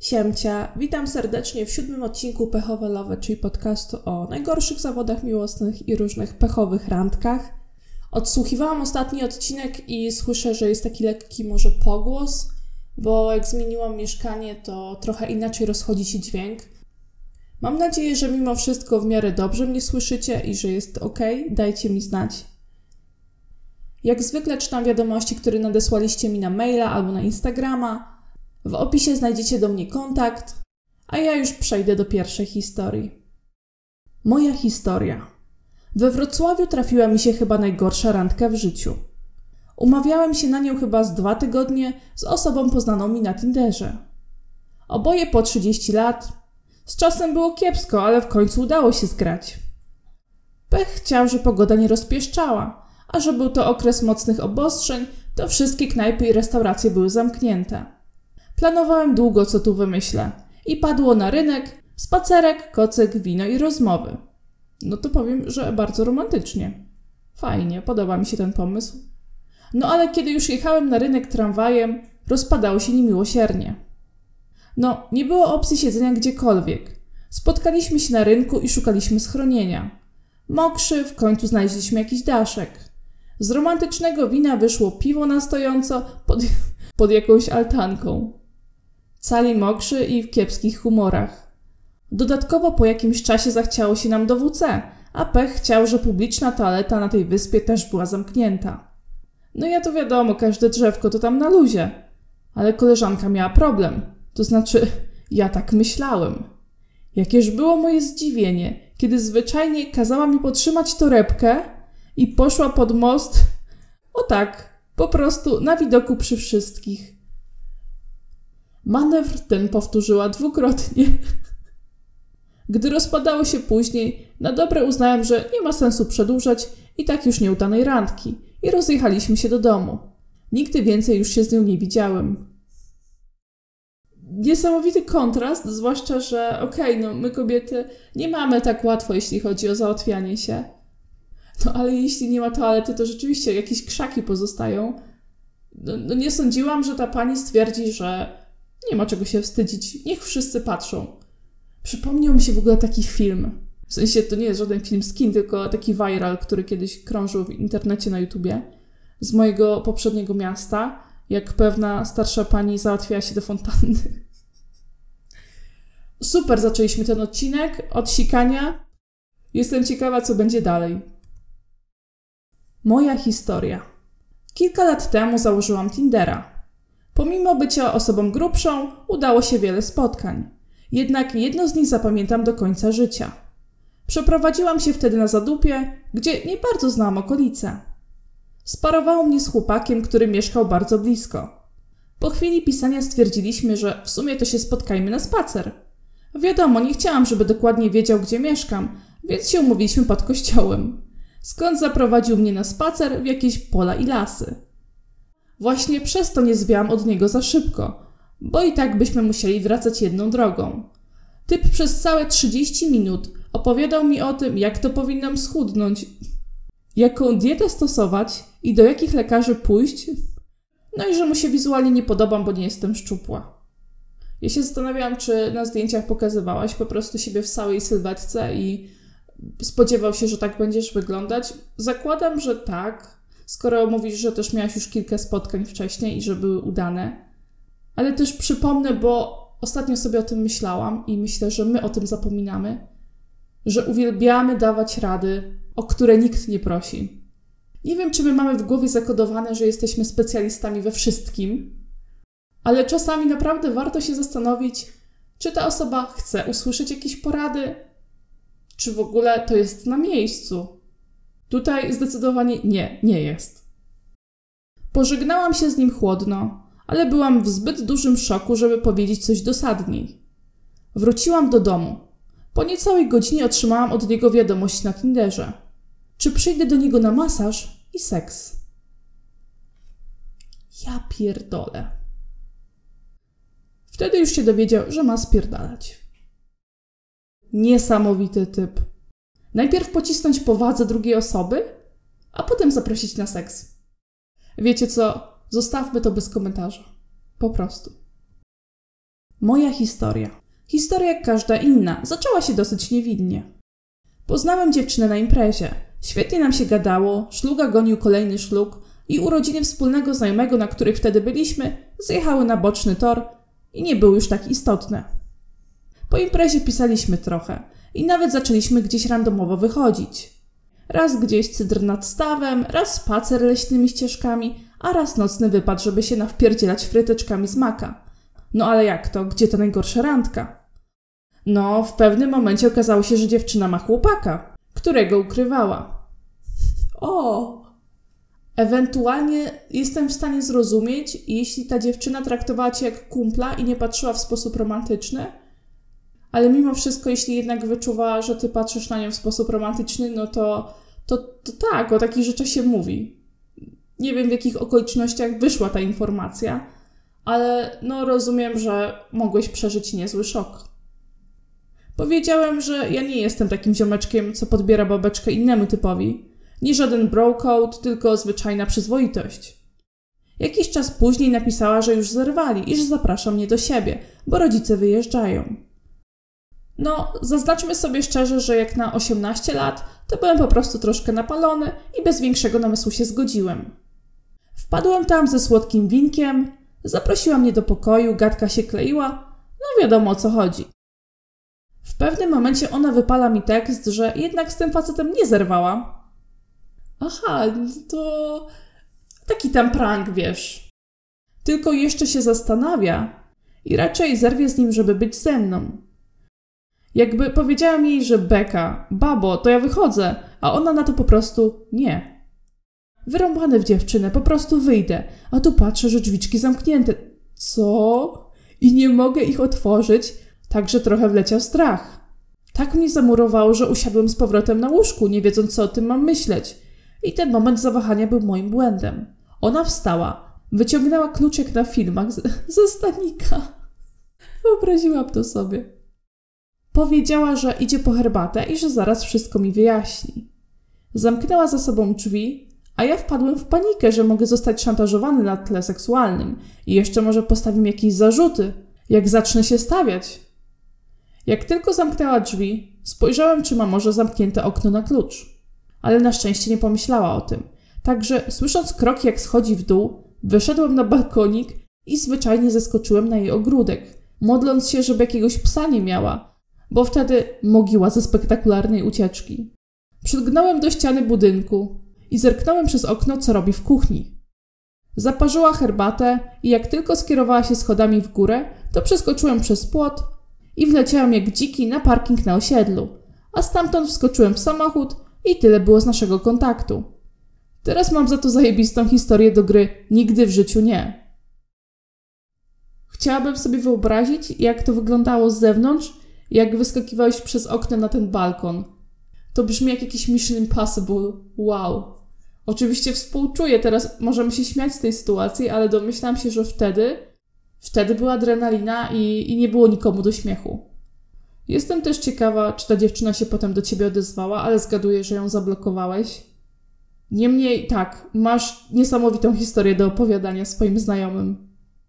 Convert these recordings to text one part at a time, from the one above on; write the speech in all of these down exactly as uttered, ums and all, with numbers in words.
Siemcia, witam serdecznie w siódmym odcinku Pechowe Love, czyli podcastu o najgorszych zawodach miłosnych i różnych pechowych randkach. Odsłuchiwałam ostatni odcinek i słyszę, że jest taki lekki może pogłos, bo jak zmieniłam mieszkanie, to trochę inaczej rozchodzi się dźwięk. Mam nadzieję, że mimo wszystko w miarę dobrze mnie słyszycie i że jest ok, dajcie mi znać. Jak zwykle czytam wiadomości, które nadesłaliście mi na maila albo na Instagrama. W opisie znajdziecie do mnie kontakt, a ja już przejdę do pierwszej historii. Moja historia. We Wrocławiu trafiła mi się chyba najgorsza randka w życiu. Umawiałem się na nią chyba z dwa tygodnie z osobą poznaną mi na Tinderze. Oboje po trzydzieści lat. Z czasem było kiepsko, ale w końcu udało się zgrać. Pech chciał, że pogoda nie rozpieszczała, a że był to okres mocnych obostrzeń, to wszystkie knajpy i restauracje były zamknięte. Planowałem długo, co tu wymyślę. I padło na rynek, spacerek, kocyk, wino i rozmowy. No to powiem, że bardzo romantycznie. Fajnie, podoba mi się ten pomysł. No ale kiedy już jechałem na rynek tramwajem, rozpadało się niemiłosiernie. No, nie było opcji siedzenia gdziekolwiek. Spotkaliśmy się na rynku i szukaliśmy schronienia. Mokrzy, w końcu znaleźliśmy jakiś daszek. Z romantycznego wina wyszło piwo na stojąco pod, pod jakąś altanką. Cali mokrzy i w kiepskich humorach. Dodatkowo po jakimś czasie zachciało się nam do W C, a pech chciał, że publiczna toaleta na tej wyspie też była zamknięta. No ja to wiadomo, każde drzewko to tam na luzie. Ale koleżanka miała problem. To znaczy, ja tak myślałem. Jakież było moje zdziwienie, kiedy zwyczajnie kazała mi potrzymać torebkę i poszła pod most, o tak, po prostu na widoku przy wszystkich. Manewr ten powtórzyła dwukrotnie. Gdy rozpadało się później, na dobre uznałem, że nie ma sensu przedłużać i tak już nieudanej randki i rozjechaliśmy się do domu. Nigdy więcej już się z nią nie widziałem. Niesamowity kontrast, zwłaszcza, że okej, okay, no my kobiety nie mamy tak łatwo, jeśli chodzi o załatwianie się. No ale jeśli nie ma toalety, to rzeczywiście jakieś krzaki pozostają. No, no nie sądziłam, że ta pani stwierdzi, że nie ma czego się wstydzić, niech wszyscy patrzą. Przypomniał mi się w ogóle taki film. W sensie to nie jest żaden film z kin, tylko taki viral, który kiedyś krążył w internecie na YouTubie. Z mojego poprzedniego miasta, jak pewna starsza pani załatwiała się do fontanny. Super zaczęliśmy ten odcinek od sikania. Jestem ciekawa, co będzie dalej. Moja historia. Kilka lat temu założyłam Tindera. Pomimo bycia osobą grubszą, udało się wiele spotkań. Jednak jedno z nich zapamiętam do końca życia. Przeprowadziłam się wtedy na Zadupie, gdzie nie bardzo znałam okolice. Sparowało mnie z chłopakiem, który mieszkał bardzo blisko. Po chwili pisania stwierdziliśmy, że w sumie to się spotkajmy na spacer. Wiadomo, nie chciałam, żeby dokładnie wiedział, gdzie mieszkam, więc się umówiliśmy pod kościołem. Skąd zaprowadził mnie na spacer w jakieś pola i lasy. Właśnie przez to nie zwiałam od niego za szybko, bo i tak byśmy musieli wracać jedną drogą. Typ przez całe trzydzieści minut opowiadał mi o tym, jak to powinnam schudnąć, jaką dietę stosować i do jakich lekarzy pójść, no i że mu się wizualnie nie podobam, bo nie jestem szczupła. Ja się zastanawiałam, czy na zdjęciach pokazywałaś po prostu siebie w całej sylwetce i spodziewał się, że tak będziesz wyglądać. Zakładam, że tak. Skoro mówisz, że też miałaś już kilka spotkań wcześniej i że były udane. Ale też przypomnę, bo ostatnio sobie o tym myślałam i myślę, że my o tym zapominamy, że uwielbiamy dawać rady, o które nikt nie prosi. Nie wiem, czy my mamy w głowie zakodowane, że jesteśmy specjalistami we wszystkim, ale czasami naprawdę warto się zastanowić, czy ta osoba chce usłyszeć jakieś porady, czy w ogóle to jest na miejscu. Tutaj zdecydowanie nie, nie jest. Pożegnałam się z nim chłodno, ale byłam w zbyt dużym szoku, żeby powiedzieć coś dosadniej. Wróciłam do domu. Po niecałej godzinie otrzymałam od niego wiadomość na Tinderze. Czy przyjdę do niego na masaż i seks? Ja pierdolę. Wtedy już się dowiedział, że ma spierdalać. Niesamowity typ. Najpierw pocisnąć powadze drugiej osoby, a potem zaprosić na seks. Wiecie co? Zostawmy to bez komentarza. Po prostu. Moja historia. Historia jak każda inna, zaczęła się dosyć niewinnie. Poznałem dziewczynę na imprezie. Świetnie nam się gadało, szluga gonił kolejny szlug i urodziny wspólnego znajomego, na których wtedy byliśmy, zjechały na boczny tor i nie były już tak istotne. Po imprezie pisaliśmy trochę i nawet zaczęliśmy gdzieś randomowo wychodzić. Raz gdzieś cydr nad stawem, raz spacer leśnymi ścieżkami, a raz nocny wypad, żeby się nawpierdzielać fryteczkami z maka. No ale jak to? Gdzie to najgorsza randka? No, w pewnym momencie okazało się, że dziewczyna ma chłopaka, którego ukrywała. O! Ewentualnie jestem w stanie zrozumieć, jeśli ta dziewczyna traktowała cię jak kumpla i nie patrzyła w sposób romantyczny, ale mimo wszystko, jeśli jednak wyczuwa, że ty patrzysz na nią w sposób romantyczny, no to, to, to tak, o takich rzeczach się mówi. Nie wiem, w jakich okolicznościach wyszła ta informacja, ale no rozumiem, że mogłeś przeżyć niezły szok. Powiedziałem, że ja nie jestem takim ziomeczkiem, co podbiera babeczkę innemu typowi. Nie żaden bro code, tylko zwyczajna przyzwoitość. Jakiś czas później napisała, że już zerwali i że zaprasza mnie do siebie, bo rodzice wyjeżdżają. No, zaznaczmy sobie szczerze, że jak na osiemnaście lat, to byłem po prostu troszkę napalony i bez większego namysłu się zgodziłem. Wpadłem tam ze słodkim winkiem, zaprosiła mnie do pokoju, gadka się kleiła, no wiadomo o co chodzi. W pewnym momencie ona wypala mi tekst, że jednak z tym facetem nie zerwała. Aha, to taki tam prank, wiesz. Tylko jeszcze się zastanawia i raczej zerwie z nim, żeby być ze mną. Jakby powiedziałem jej, że beka, babo, to ja wychodzę, a ona na to po prostu nie. Wyrąbany w dziewczynę, po prostu wyjdę, a tu patrzę, że drzwiczki zamknięte. Co? I nie mogę ich otworzyć, także trochę wleciał strach. Tak mnie zamurowało, że usiadłem z powrotem na łóżku, nie wiedząc co o tym mam myśleć. I ten moment zawahania był moim błędem. Ona wstała, wyciągnęła kluczyk na filmach z, ze stanika. Wyobraziłam to sobie. Powiedziała, że idzie po herbatę i że zaraz wszystko mi wyjaśni. Zamknęła za sobą drzwi, a ja wpadłem w panikę, że mogę zostać szantażowany na tle seksualnym i jeszcze może postawi mi jakieś zarzuty, jak zacznę się stawiać. Jak tylko zamknęła drzwi, spojrzałem, czy ma może zamknięte okno na klucz. Ale na szczęście nie pomyślała o tym. Także słysząc kroki jak schodzi w dół, wyszedłem na balkonik i zwyczajnie zeskoczyłem na jej ogródek, modląc się, żeby jakiegoś psa nie miała, bo wtedy mogiła ze spektakularnej ucieczki. Przylgnąłem do ściany budynku i zerknąłem przez okno, co robi w kuchni. Zaparzyła herbatę i jak tylko skierowała się schodami w górę, to przeskoczyłem przez płot i wleciałem jak dziki na parking na osiedlu, a stamtąd wskoczyłem w samochód i tyle było z naszego kontaktu. Teraz mam za to zajebistą historię do gry Nigdy w życiu nie. Chciałabym sobie wyobrazić, jak to wyglądało z zewnątrz, jak wyskakiwałeś przez okno na ten balkon. To brzmi jak jakiś Mission Impossible. Wow. Oczywiście współczuję, teraz możemy się śmiać z tej sytuacji, ale domyślam się, że wtedy, wtedy była adrenalina i, i nie było nikomu do śmiechu. Jestem też ciekawa, czy ta dziewczyna się potem do ciebie odezwała, ale zgaduję, że ją zablokowałeś. Niemniej tak, masz niesamowitą historię do opowiadania swoim znajomym.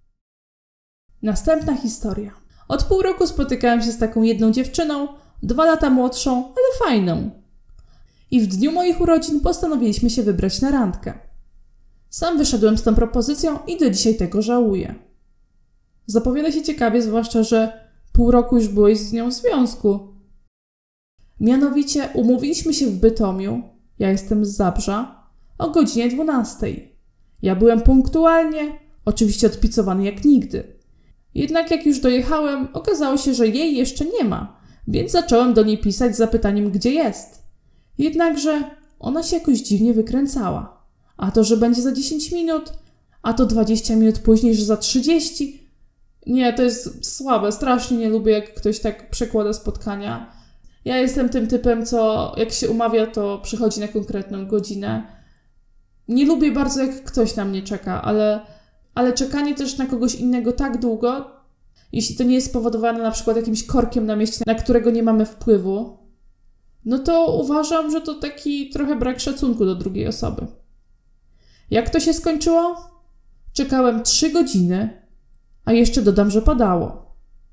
Następna historia. Od pół roku spotykałem się z taką jedną dziewczyną, dwa lata młodszą, ale fajną. I w dniu moich urodzin postanowiliśmy się wybrać na randkę. Sam wyszedłem z tą propozycją i do dzisiaj tego żałuję. Zapowiada się ciekawie, zwłaszcza, że pół roku już byłeś z nią w związku. Mianowicie umówiliśmy się w Bytomiu, ja jestem z Zabrza, o godzinie dwunastej. Ja byłem punktualnie, oczywiście odpicowany jak nigdy. Jednak jak już dojechałem, okazało się, że jej jeszcze nie ma, więc zacząłem do niej pisać z zapytaniem, gdzie jest. Jednakże ona się jakoś dziwnie wykręcała. A to, że będzie za dziesięć minut, a to dwadzieścia minut później, że za trzydzieści. Nie, to jest słabe, strasznie nie lubię, jak ktoś tak przekłada spotkania. Ja jestem tym typem, co jak się umawia, to przychodzi na konkretną godzinę. Nie lubię bardzo, jak ktoś na mnie czeka, ale, ale czekanie też na kogoś innego tak długo, jeśli to nie jest spowodowane na przykład jakimś korkiem na mieście, na którego nie mamy wpływu, no to uważam, że to taki trochę brak szacunku do drugiej osoby. Jak to się skończyło? Czekałem trzy godziny, a jeszcze dodam, że padało.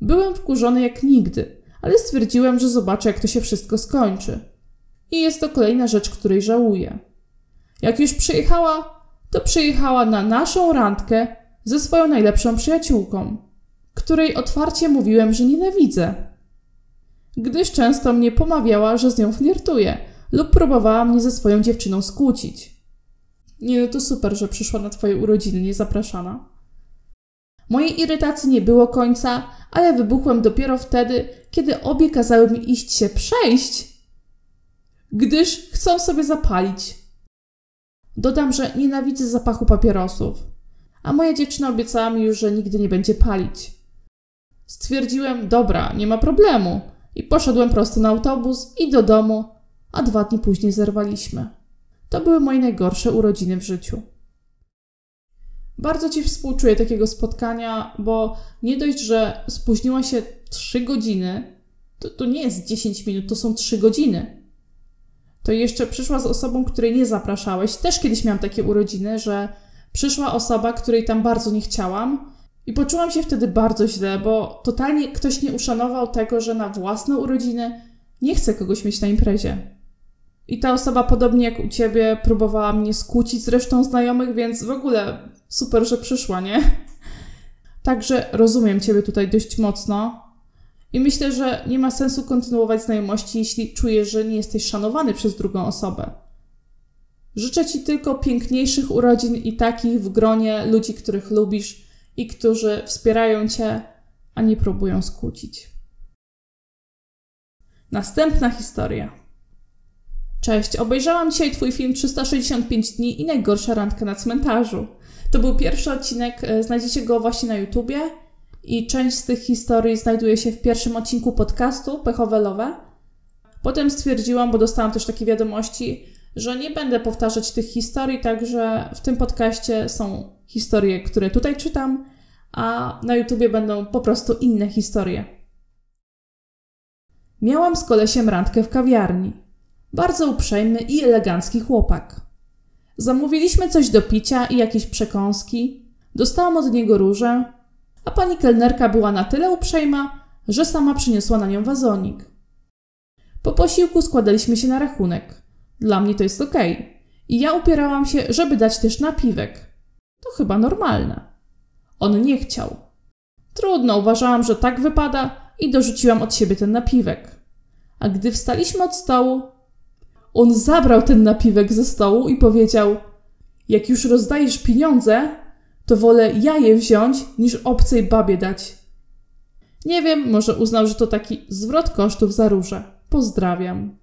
Byłem wkurzony jak nigdy, ale stwierdziłem, że zobaczę, jak to się wszystko skończy. I jest to kolejna rzecz, której żałuję. Jak już przyjechała, to przyjechała na naszą randkę ze swoją najlepszą przyjaciółką, której otwarcie mówiłem, że nienawidzę, gdyż często mnie pomawiała, że z nią flirtuje lub próbowała mnie ze swoją dziewczyną skłócić. Nie, no to super, że przyszła na twoje urodziny niezapraszana. Mojej irytacji nie było końca, ale wybuchłem dopiero wtedy, kiedy obie kazały mi iść się przejść, gdyż chcą sobie zapalić. Dodam, że nienawidzę zapachu papierosów, a moja dziewczyna obiecała mi już, że nigdy nie będzie palić. Stwierdziłem, dobra, nie ma problemu i poszedłem prosto na autobus i do domu, a dwa dni później zerwaliśmy. To były moje najgorsze urodziny w życiu. Bardzo ci współczuję takiego spotkania, bo nie dość, że spóźniła się trzy godziny, to, to nie jest dziesięć minut, to są trzy godziny. To jeszcze przyszła z osobą, której nie zapraszałeś. Też kiedyś miałam takie urodziny, że przyszła osoba, której tam bardzo nie chciałam i poczułam się wtedy bardzo źle, bo totalnie ktoś nie uszanował tego, że na własne urodziny nie chce kogoś mieć na imprezie. I ta osoba, podobnie jak u ciebie, próbowała mnie skłócić z resztą znajomych, więc w ogóle super, że przyszła, nie? Także rozumiem ciebie tutaj dość mocno i myślę, że nie ma sensu kontynuować znajomości, jeśli czujesz, że nie jesteś szanowany przez drugą osobę. Życzę ci tylko piękniejszych urodzin i takich w gronie ludzi, których lubisz i którzy wspierają cię, a nie próbują skłócić. Następna historia. Cześć, obejrzałam dzisiaj twój film trzysta sześćdziesiąt pięć dni i najgorsza randka na cmentarzu. To był pierwszy odcinek, znajdziecie go właśnie na YouTubie i część z tych historii znajduje się w pierwszym odcinku podcastu Pechowe Love. Potem stwierdziłam, bo dostałam też takie wiadomości, że nie będę powtarzać tych historii, także w tym podcaście są historie, które tutaj czytam, a na YouTubie będą po prostu inne historie. Miałam z kolesiem randkę w kawiarni. Bardzo uprzejmy i elegancki chłopak. Zamówiliśmy coś do picia i jakieś przekąski. Dostałam od niego różę, a pani kelnerka była na tyle uprzejma, że sama przyniosła na nią wazonik. Po posiłku składaliśmy się na rachunek. Dla mnie to jest okej. I ja upierałam się, żeby dać też napiwek. To chyba normalne. On nie chciał. Trudno, uważałam, że tak wypada i dorzuciłam od siebie ten napiwek. A gdy wstaliśmy od stołu, on zabrał ten napiwek ze stołu i powiedział: jak już rozdajesz pieniądze, to wolę ja je wziąć, niż obcej babie dać. Nie wiem, może uznał, że to taki zwrot kosztów za różę. Pozdrawiam.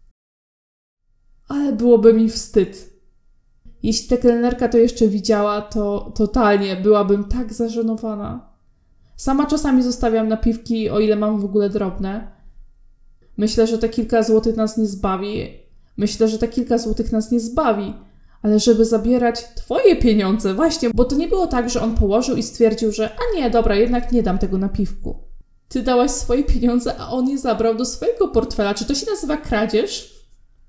Ale byłoby mi wstyd. Jeśli ta kelnerka to jeszcze widziała, to totalnie byłabym tak zażenowana. Sama czasami zostawiam napiwki, o ile mam w ogóle drobne. Myślę, że te kilka złotych nas nie zbawi. Myślę, że te kilka złotych nas nie zbawi. Ale żeby zabierać twoje pieniądze, właśnie, bo to nie było tak, że on położył i stwierdził, że a nie, dobra, jednak nie dam tego napiwku. Ty dałaś swoje pieniądze, a on je zabrał do swojego portfela. Czy to się nazywa kradzież?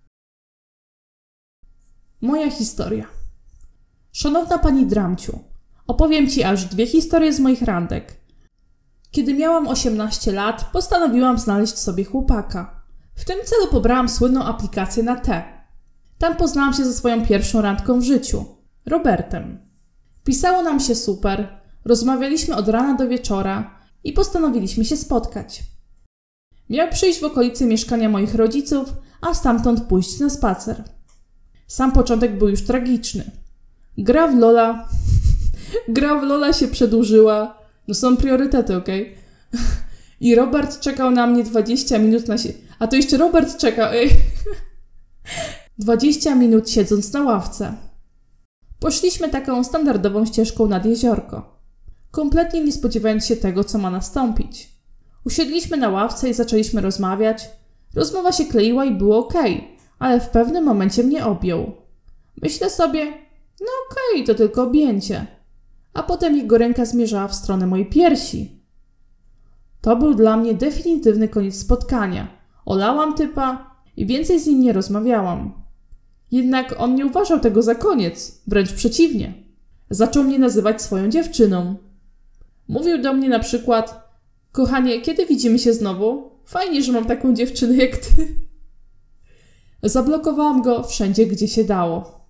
Moja historia. Szanowna pani Dramciu, opowiem ci aż dwie historie z moich randek. Kiedy miałam osiemnaście lat, postanowiłam znaleźć sobie chłopaka. W tym celu pobrałam słynną aplikację na T. Tam poznałam się ze swoją pierwszą randką w życiu, Robertem. Pisało nam się super, rozmawialiśmy od rana do wieczora i postanowiliśmy się spotkać. Miał przyjść w okolice mieszkania moich rodziców, a stamtąd pójść na spacer. Sam początek był już tragiczny. Gra w Lola... Gra w Lola się przedłużyła. No są priorytety, okej? Okay? I Robert czekał na mnie dwadzieścia minut na sie... A to jeszcze Robert czekał, ej. dwadzieścia minut siedząc na ławce. Poszliśmy taką standardową ścieżką nad jeziorko. Kompletnie nie spodziewając się tego, co ma nastąpić. Usiedliśmy na ławce i zaczęliśmy rozmawiać. Rozmowa się kleiła i było okej, okay, ale w pewnym momencie mnie objął. Myślę sobie, no okej, okay, to tylko objęcie. A potem jego ręka zmierzała w stronę mojej piersi. To był dla mnie definitywny koniec spotkania. Olałam typa i więcej z nim nie rozmawiałam. Jednak on nie uważał tego za koniec, wręcz przeciwnie. Zaczął mnie nazywać swoją dziewczyną. Mówił do mnie na przykład: Kochanie, kiedy widzimy się znowu? Fajnie, że mam taką dziewczynę jak ty. Zablokowałam go wszędzie, gdzie się dało.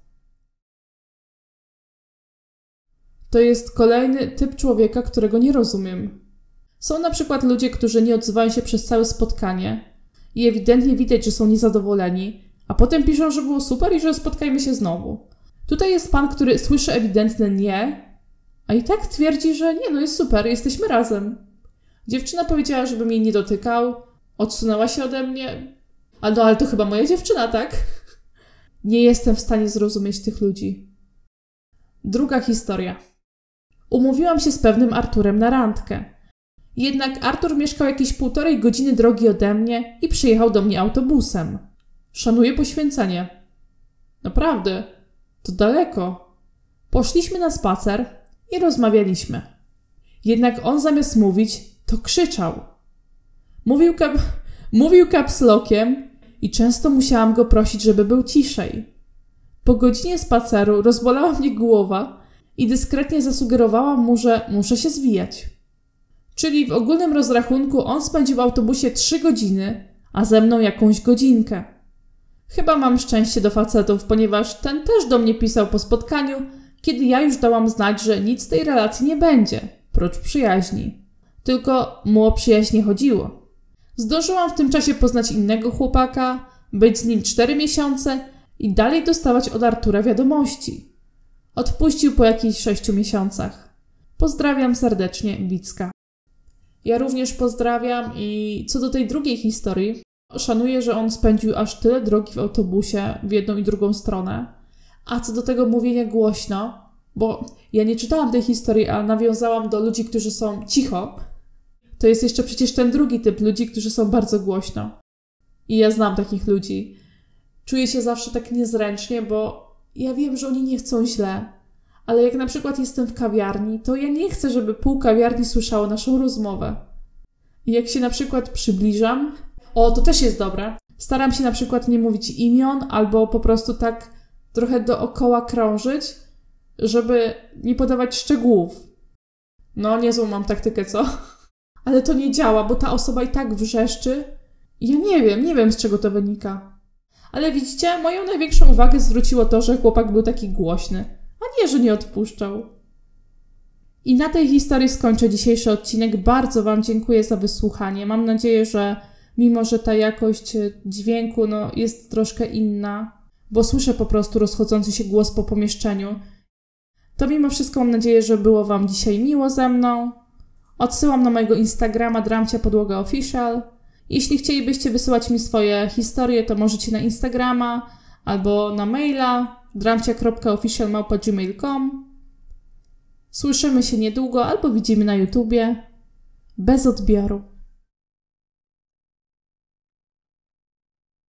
To jest kolejny typ człowieka, którego nie rozumiem. Są na przykład ludzie, którzy nie odzywają się przez całe spotkanie i ewidentnie widać, że są niezadowoleni, a potem piszą, że było super i że spotkajmy się znowu. Tutaj jest pan, który słyszy ewidentne nie, a i tak twierdzi, że nie, no jest super, jesteśmy razem. Dziewczyna powiedziała, żebym jej nie dotykał, odsunęła się ode mnie. A no, ale to chyba moja dziewczyna, tak? Nie jestem w stanie zrozumieć tych ludzi. Druga historia. Umówiłam się z pewnym Arturem na randkę. Jednak Artur mieszkał jakieś półtorej godziny drogi ode mnie i przyjechał do mnie autobusem. Szanuję poświęcenie. Naprawdę, to daleko. Poszliśmy na spacer i rozmawialiśmy. Jednak on zamiast mówić, to krzyczał. Mówił, kap... Mówił caps lockiem i często musiałam go prosić, żeby był ciszej. Po godzinie spaceru rozbolała mnie głowa i dyskretnie zasugerowałam mu, że muszę się zwijać. Czyli w ogólnym rozrachunku on spędził w autobusie trzy godziny, a ze mną jakąś godzinkę. Chyba mam szczęście do facetów, ponieważ ten też do mnie pisał po spotkaniu, kiedy ja już dałam znać, że nic z tej relacji nie będzie, prócz przyjaźni. Tylko mu o przyjaźń nie chodziło. Zdążyłam w tym czasie poznać innego chłopaka, być z nim cztery miesiące i dalej dostawać od Artura wiadomości. Odpuścił po jakichś sześciu miesiącach. Pozdrawiam serdecznie, Wicka. Ja również pozdrawiam i co do tej drugiej historii, szanuję, że on spędził aż tyle drogi w autobusie w jedną i drugą stronę. A co do tego mówienia głośno, bo ja nie czytałam tej historii, a nawiązałam do ludzi, którzy są cicho, to jest jeszcze przecież ten drugi typ ludzi, którzy są bardzo głośno. I ja znam takich ludzi. Czuję się zawsze tak niezręcznie, bo ja wiem, że oni nie chcą źle. Ale jak na przykład jestem w kawiarni, to ja nie chcę, żeby pół kawiarni słyszało naszą rozmowę. I jak się na przykład przybliżam, o, to też jest dobre, staram się na przykład nie mówić imion, albo po prostu tak trochę dookoła krążyć, żeby nie podawać szczegółów. No, niezłą mam taktykę, co? Ale to nie działa, bo ta osoba i tak wrzeszczy. Ja nie wiem, nie wiem z czego to wynika. Ale widzicie, moją największą uwagę zwróciło to, że chłopak był taki głośny, a nie, że nie odpuszczał. I na tej historii skończę dzisiejszy odcinek. Bardzo Wam dziękuję za wysłuchanie. Mam nadzieję, że mimo, że ta jakość dźwięku no, jest troszkę inna, bo słyszę po prostu rozchodzący się głos po pomieszczeniu, to mimo wszystko mam nadzieję, że było Wam dzisiaj miło ze mną. Odsyłam na mojego Instagrama Dramcia Podłoga Official. Jeśli chcielibyście wysyłać mi swoje historie, to możecie na Instagrama albo na maila dramcia kropka official małpa gmail kropka com. Słyszymy się niedługo albo widzimy na YouTubie. Bez odbioru.